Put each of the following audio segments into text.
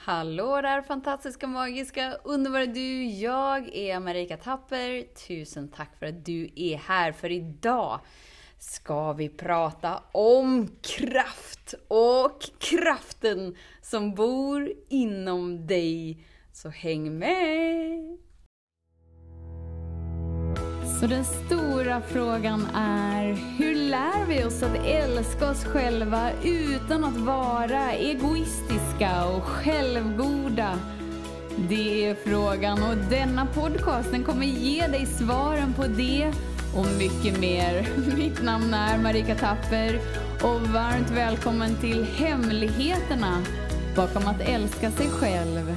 Hallå där fantastiska, magiska, underbara du! Jag är Marika Tapper. Tusen tack för att du är här, för idag ska vi prata om kraft och kraften som bor inom dig. Så häng med! Så den stora frågan är, hur lär vi oss att älska oss själva utan att vara egoistiska och självgoda? Det är frågan, och denna podcasten kommer ge dig svaren på det och mycket mer. Mitt namn är Marika Tapper och varmt välkommen till hemligheterna bakom att älska sig själv.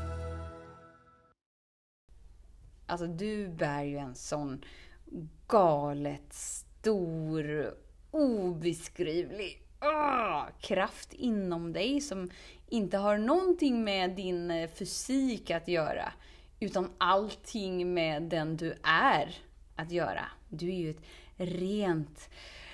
Alltså du bär ju en sån galet stor, obeskrivlig kraft inom dig som inte har någonting med din fysik att göra, utan allting med den du är att göra. Du är ju ett rent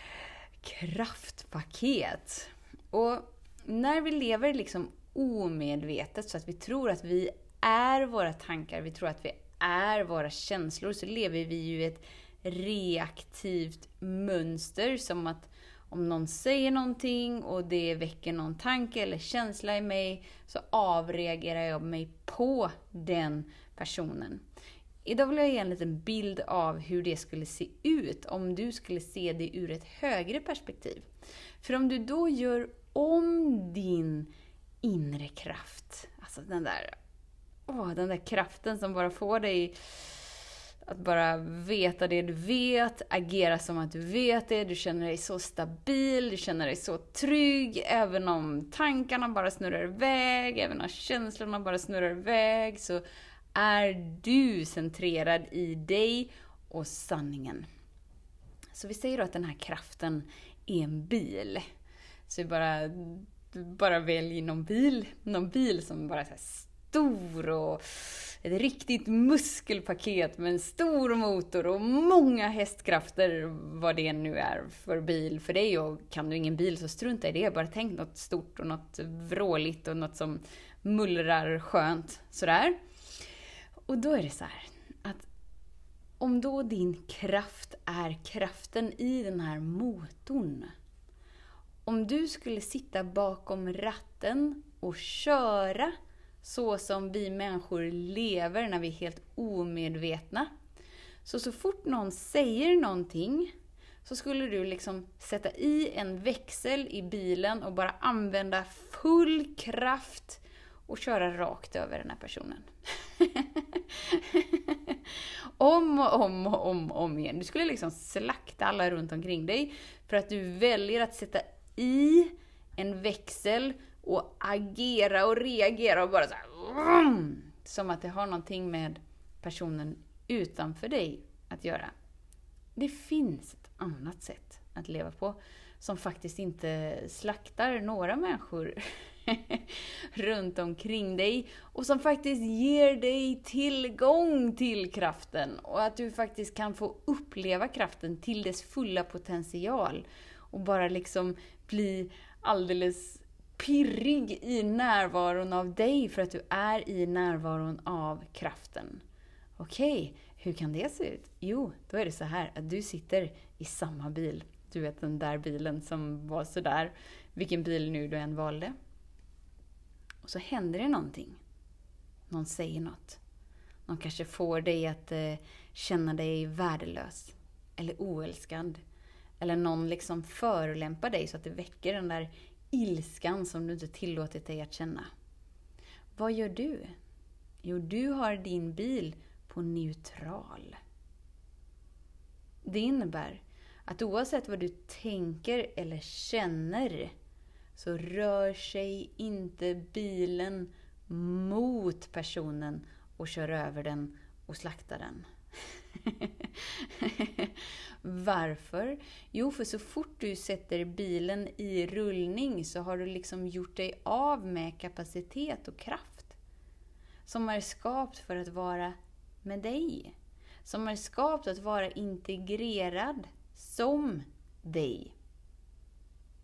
kraftpaket. Och när vi lever liksom omedvetet så att vi tror att vi är våra tankar, vi tror att vi är våra känslor, så lever vi ju ett reaktivt mönster, som att om någon säger någonting och det väcker någon tanke eller känsla i mig, så avreagerar jag mig på den personen. Idag vill jag ge en liten bild av hur det skulle se ut om du skulle se det ur ett högre perspektiv. För om du då gör om din inre kraft, alltså den där kraften som bara får dig att bara veta det du vet, agera som att du vet det, du känner dig så stabil, du känner dig så trygg, även om tankarna bara snurrar iväg, även om känslorna bara snurrar iväg, så är du centrerad i dig och sanningen. Så vi säger då att den här kraften är en bil. Så vi bara väljer någon bil som bara är så här stor och ett riktigt muskelpaket med en stor motor och många hästkrafter, vad det nu är för bil för dig. Och kan du ingen bil, så strunta i det, bara tänk något stort och något vråligt och något som mullrar skönt sådär. Och då är det så här att om då din kraft är kraften i den här motorn, om du skulle sitta bakom ratten och köra så som vi människor lever när vi är helt omedvetna, så fort någon säger någonting, så skulle du liksom sätta i en växel i bilen och bara använda full kraft och köra rakt över den här personen. om igen. Du skulle liksom slakta alla runt omkring dig för att du väljer att sätta i en växel och agera och reagera och bara så här, som att det har någonting med personen utanför dig att göra. Det finns ett annat sätt att leva på som faktiskt inte slaktar några människor runt omkring dig, och som faktiskt ger dig tillgång till kraften, och att du faktiskt kan få uppleva kraften till dess fulla potential och bara liksom bli alldeles pirrig i närvaron av dig, för att du är i närvaron av kraften. Okej, hur kan det se ut? Jo, då är det så här att du sitter i samma bil. Du vet, den där bilen som var så där, vilken bil nu du än valde. Och så händer det någonting. Någon säger något. Någon kanske får dig att känna dig värdelös eller oälskad. Eller någon liksom förolämpar dig så att det väcker den där ilskan som du inte tillåtit dig att känna. Vad gör du? Jo, du har din bil på neutral. Det innebär att oavsett vad du tänker eller känner, så rör sig inte bilen mot personen och kör över den och slaktar den. Varför? Jo, för så fort du sätter bilen i rullning så har du liksom gjort dig av med kapacitet och kraft som är skapt för att vara med dig. Som är skapt att vara integrerad som dig.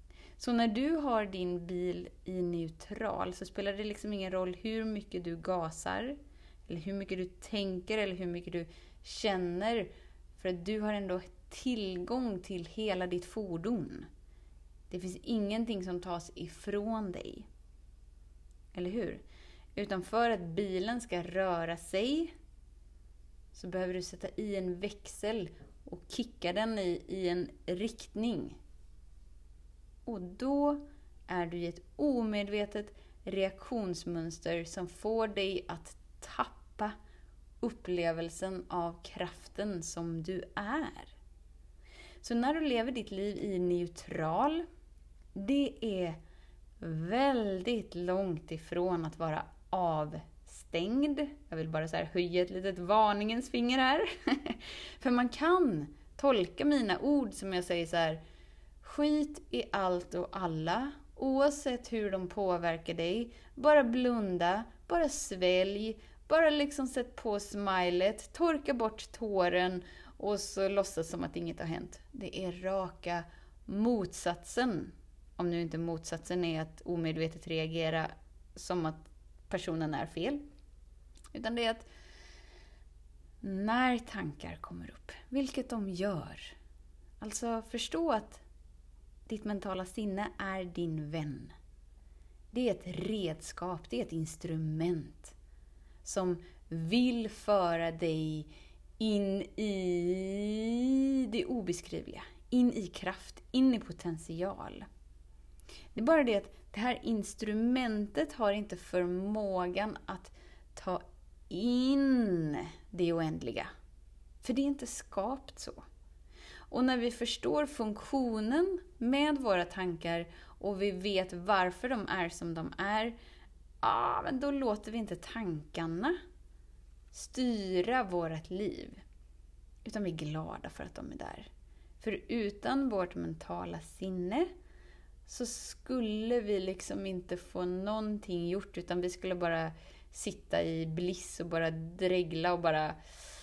Så när du har din bil i neutral så spelar det liksom ingen roll hur mycket du gasar, eller hur mycket du tänker, eller hur mycket du känner. För att du har ändå tillgång till hela ditt fordon. Det finns ingenting som tas ifrån dig. Eller hur? Utan för att bilen ska röra sig så behöver du sätta i en växel och kicka den i en riktning. Och då är du i ett omedvetet reaktionsmönster som får dig att tappa upplevelsen av kraften som du är. Så när du lever ditt liv i neutral, det är väldigt långt ifrån att vara avstängd. Jag vill bara så här höja ett litet varningens finger här. För man kan tolka mina ord som jag säger så här: skit i allt och alla, oavsett hur de påverkar dig. Bara blunda, bara svälj, bara liksom sätt på smilet, torka bort tåren och så låtsas som att inget har hänt. Det är raka motsatsen. Om nu inte motsatsen är att omedvetet reagera som att personen är fel. Utan det är att när tankar kommer upp, vilket de gör. Alltså förstå att ditt mentala sinne är din vän. Det är ett redskap, det är ett instrument som vill föra dig in i det obeskrivliga, in i kraft, in i potential. Det är bara det att det här instrumentet har inte förmågan att ta in det oändliga. För det är inte skapat så. Och när vi förstår funktionen med våra tankar och vi vet varför de är som de är, men då låter vi inte tankarna styra vårt liv. Utan vi är glada för att de är där. För utan vårt mentala sinne så skulle vi liksom inte få någonting gjort, utan vi skulle bara sitta i bliss och bara dregla och bara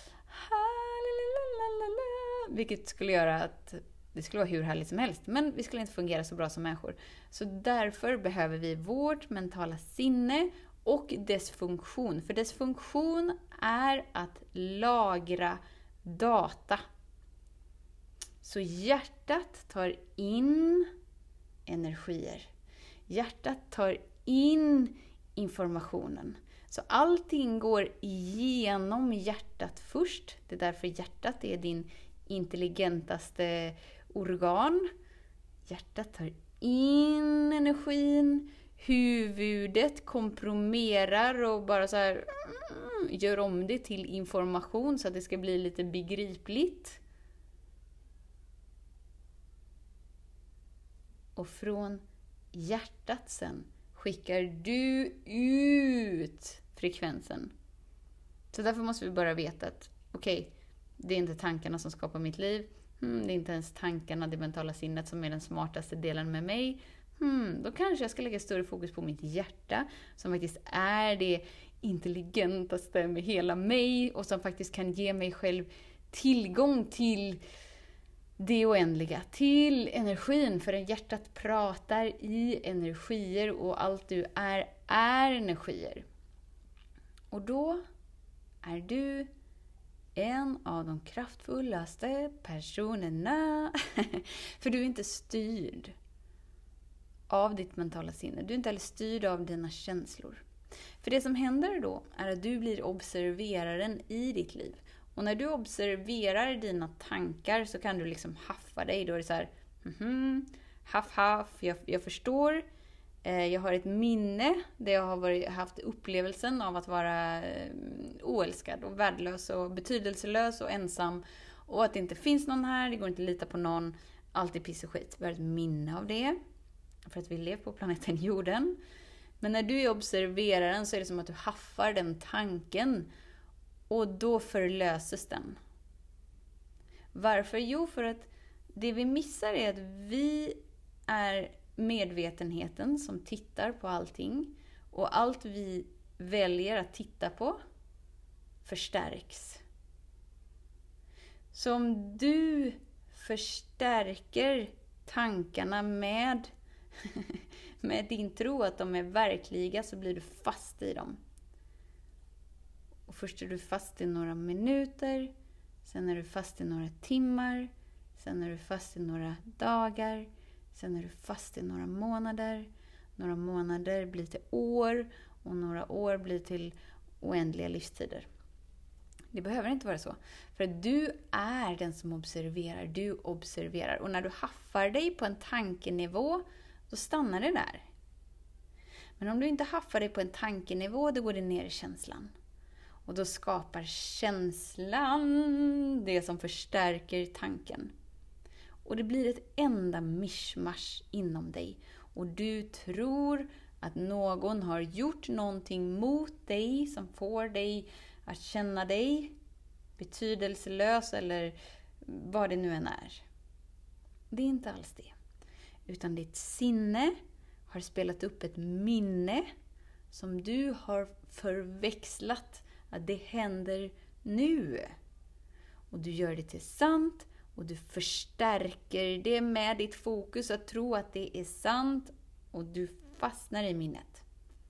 vilket skulle göra att det skulle vara hur härligt som helst, men vi skulle inte fungera så bra som människor. Så därför behöver vi vårt mentala sinne och dess funktion. För dess funktion är att lagra data. Så hjärtat tar in energier. Hjärtat tar in informationen. Så allting går igenom hjärtat först. Det är därför hjärtat är din intelligentaste organ. Hjärtat tar in energin. Huvudet komprimerar och bara så här gör om det till information så att det ska bli lite begripligt. Och från hjärtat sen skickar du ut frekvensen. Så därför måste vi bara veta att okej, det är inte tankarna som skapar mitt liv. Det är inte ens tankarna, det mentala sinnet som är den smartaste delen med mig. Då kanske jag ska lägga större fokus på mitt hjärta som faktiskt är det intelligentaste med hela mig och som faktiskt kan ge mig själv tillgång till det oändliga, till energin. För hjärtat pratar i energier och allt du är energier. Och då är du en av de kraftfullaste personerna. För du är inte styrd av ditt mentala sinne. Du är inte heller styrd av dina känslor. För det som händer då är att du blir observeraren i ditt liv. Och när du observerar dina tankar så kan du liksom haffa dig. Då är det så här, haff, jag förstår. Jag har ett minne där jag har haft upplevelsen av att vara oälskad och värdelös och betydelselös och ensam. Och att det inte finns någon här, det går inte att lita på någon. Allt är piss och skit. Vi har ett minne av det. För att vi lever på planeten jorden. Men när du är observeraren så är det som att du haffar den tanken. Och då förlöses den. Varför? Jo, för att det vi missar är att vi är medvetenheten som tittar på allting. Och allt vi väljer att titta på förstärks. Så om du förstärker tankarna med Med din tro att de är verkliga så blir du fast i dem. Och först är du fast i några minuter, sen är du fast i några timmar, sen är du fast i några dagar, sen är du fast i några månader. Några månader blir till år och några år blir till oändliga livstider. Det behöver inte vara så. För du är den som observerar. Du observerar. Och när du haffar dig på en tankenivå, då stannar det där. Men om du inte haffar dig på en tankenivå, då går det ner i känslan. Och då skapar känslan det som förstärker tanken. Och det blir ett enda mischmasch inom dig. Och du tror att någon har gjort någonting mot dig som får dig att känna dig betydelselös eller vad det nu än är. Det är inte alls det. Utan ditt sinne har spelat upp ett minne som du har förväxlat att det händer nu. Och du gör det till sant och du förstärker det med ditt fokus att tro att det är sant och du fastnar i minnet.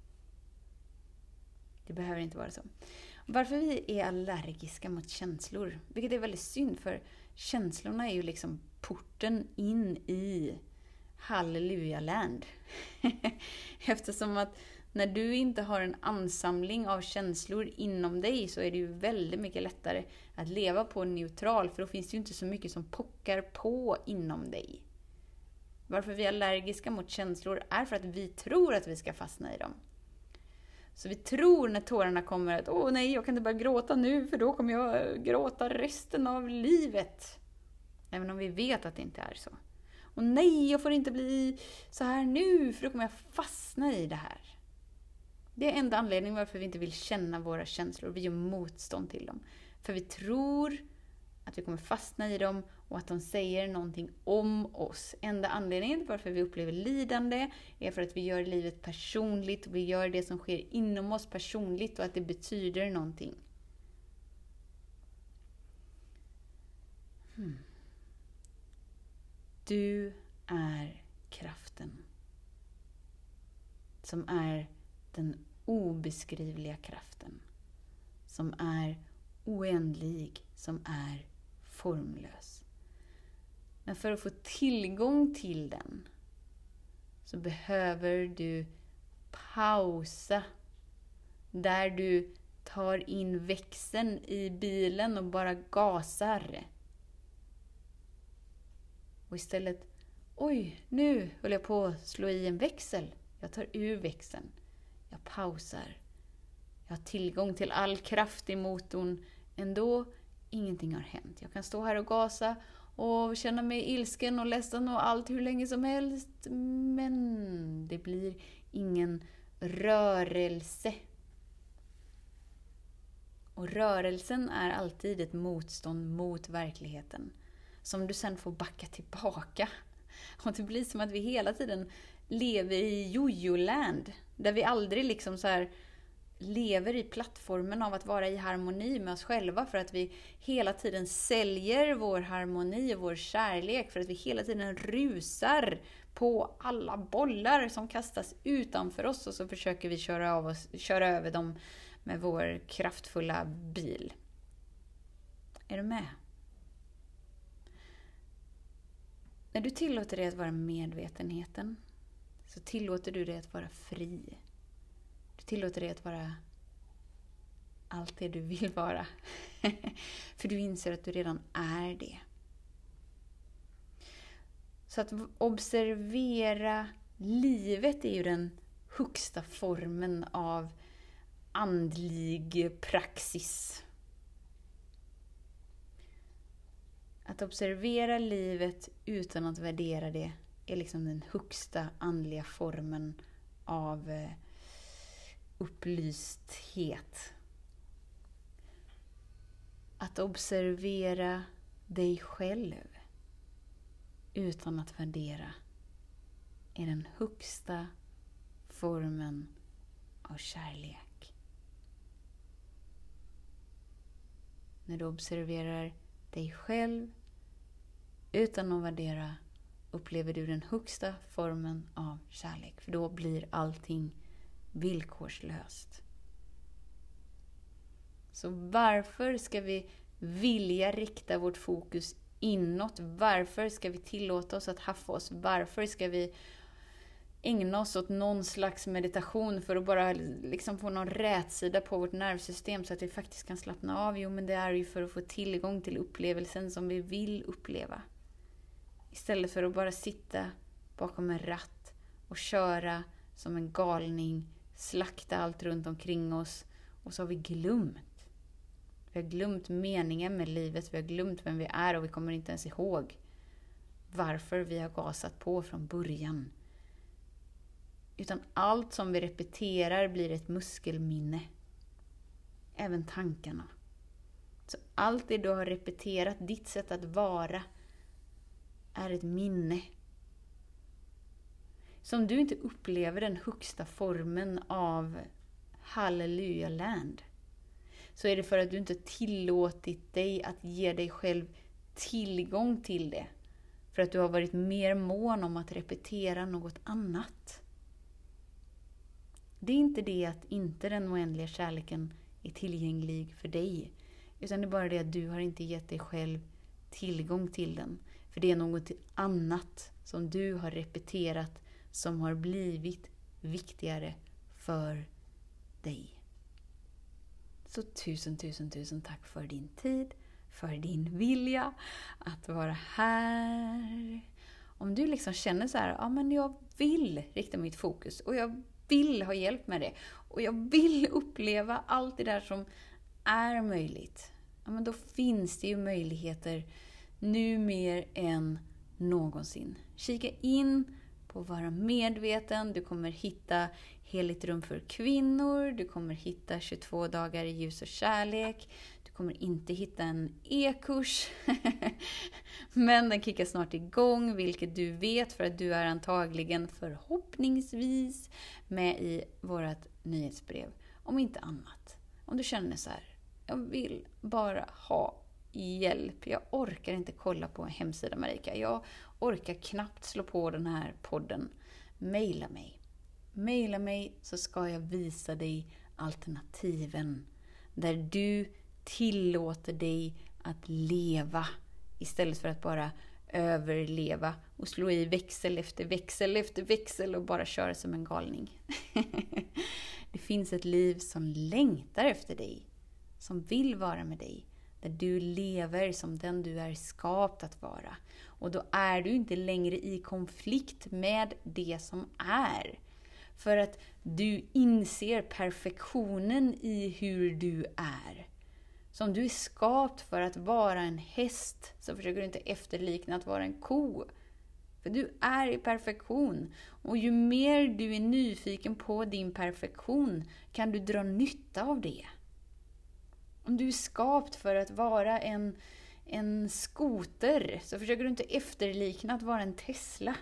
Det behöver inte vara så. Varför vi är allergiska mot känslor, vilket är väldigt synd för känslorna är ju liksom porten in i Halleluja-land. Eftersom att när du inte har en ansamling av känslor inom dig så är det ju väldigt mycket lättare att leva på neutral, för då finns det ju inte så mycket som pockar på inom dig. Varför vi är allergiska mot känslor är för att vi tror att vi ska fastna i dem. Så vi tror när tårarna kommer att åh nej, jag kan inte bara gråta nu för då kommer jag gråta resten av livet. Även om vi vet att det inte är så. Och nej, jag får inte bli så här nu för då kommer jag fastna i det här. Det är enda anledningen varför vi inte vill känna våra känslor. Vi gör motstånd till dem. För vi tror att vi kommer fastna i dem och att de säger någonting om oss. Enda anledningen varför vi upplever lidande är för att vi gör livet personligt. Vi gör det som sker inom oss personligt och att det betyder någonting. Du är kraften som är den obeskrivliga kraften, som är oändlig, som är formlös. Men för att få tillgång till den så behöver du pausa där du tar in växeln i bilen och bara gasar. Och istället, oj, nu höll jag på att slå i en växel. Jag tar ur växeln. Jag pausar. Jag har tillgång till all kraft i motorn. Ändå, ingenting har hänt. Jag kan stå här och gasa och känna mig ilsken och ledsen och allt hur länge som helst. Men det blir ingen rörelse. Och rörelsen är alltid ett motstånd mot verkligheten. Som du sen får backa tillbaka. Och det blir som att vi hela tiden lever i jojo-land. Där vi aldrig liksom så här lever i plattformen av att vara i harmoni med oss själva. För att vi hela tiden säljer vår harmoni och vår kärlek. För att vi hela tiden rusar på alla bollar som kastas utanför oss. Och så försöker vi köra över dem med vår kraftfulla bil. Är du med? När du tillåter dig att vara medvetenheten så tillåter du dig att vara fri. Du tillåter dig att vara allt det du vill vara. För du inser att du redan är det. Så att observera livet är ju den högsta formen av andlig praxis. Att observera livet utan att värdera det är liksom den högsta andliga formen av upplysthet. Att observera dig själv utan att värdera är den högsta formen av kärlek. När du observerar dig själv utan att värdera upplever du den högsta formen av kärlek. För då blir allting villkorslöst. Så varför ska vi vilja rikta vårt fokus inåt? Varför ska vi tillåta oss att haffa oss? Varför ska vi ägna oss åt någon slags meditation för att bara liksom få någon rätsida på vårt nervsystem så att vi faktiskt kan slappna av? Jo, men det är ju för att få tillgång till upplevelsen som vi vill uppleva. Istället för att bara sitta bakom en ratt och köra som en galning, slakta allt runt omkring oss, och så har vi glömt. Vi har glömt meningen med livet, vi har glömt vem vi är och vi kommer inte ens ihåg varför vi har gasat på från början. Utan allt som vi repeterar blir ett muskelminne. Även tankarna. Så allt det du har repeterat, ditt sätt att vara, är ett minne. Så om du inte upplever den högsta formen av Hallelujah Land, så är det för att du inte tillåtit dig att ge dig själv tillgång till det. För att du har varit mer mån om att repetera något annat. Det är inte det att inte den oändliga kärleken är tillgänglig för dig. Utan det är bara det att du har inte gett dig själv tillgång till den. För det är något annat som du har repeterat som har blivit viktigare för dig. Så tusen tack för din tid, för din vilja att vara här. Om du liksom känner så här, ja men jag vill rikta mitt fokus och jag vill ha hjälp med det. Och jag vill uppleva allt det där som är möjligt. Ja, men då finns det ju möjligheter nu mer än någonsin. Kika in på att vara medveten. Du kommer hitta Heligt rum för kvinnor. Du kommer hitta 22 dagar i ljus och kärlek. Du kommer inte hitta en e-kurs. Men den kickar snart igång, vilket du vet för att du är antagligen förhoppningsvis med i vårt nyhetsbrev. Om inte annat. Om du känner så här, jag vill bara ha hjälp. Jag orkar inte kolla på en hemsida, Marika. Jag orkar knappt slå på den här podden. Maila mig. Maila mig så ska jag visa dig alternativen. Där du tillåter dig att leva istället för att bara överleva och slå i växel efter växel efter växel och bara köra som en galning. Det finns ett liv som längtar efter dig, som vill vara med dig, där du lever som den du är skapt att vara. Och då är du inte längre i konflikt med det som är. För att du inser perfektionen i hur du är. Som du är skapt för att vara en häst, så försöker du inte efterlikna att vara en ko. För du är i perfektion. Och ju mer du är nyfiken på din perfektion kan du dra nytta av det. Om du är skapt för att vara en skoter, så försöker du inte efterlikna att vara en Tesla.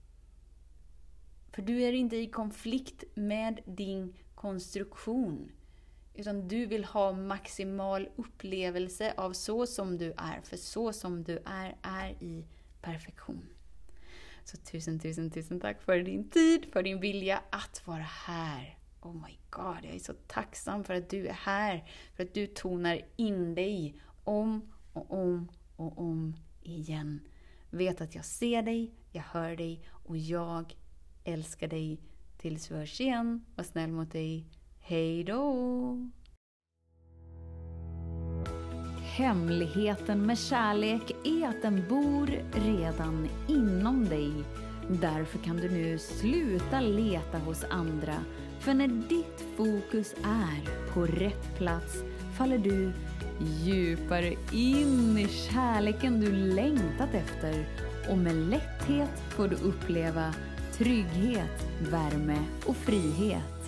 För du är inte i konflikt med din konstruktion. Utan du vill ha maximal upplevelse av så som du är. För så som du är i perfektion. Så tusen tack för din tid, för din vilja att vara här. Oh my god, jag är så tacksam för att du är här. För att du tonar in dig om och om igen. Vet att jag ser dig, jag hör dig och jag älskar dig. Tills vi hörs igen. Var snäll mot dig. Hej då! Hemligheten med kärlek är att den bor redan inom dig. Därför kan du nu sluta leta hos andra. För när ditt fokus är på rätt plats faller du djupare in i kärleken du längtat efter. Och med lätthet får du uppleva trygghet, värme och frihet.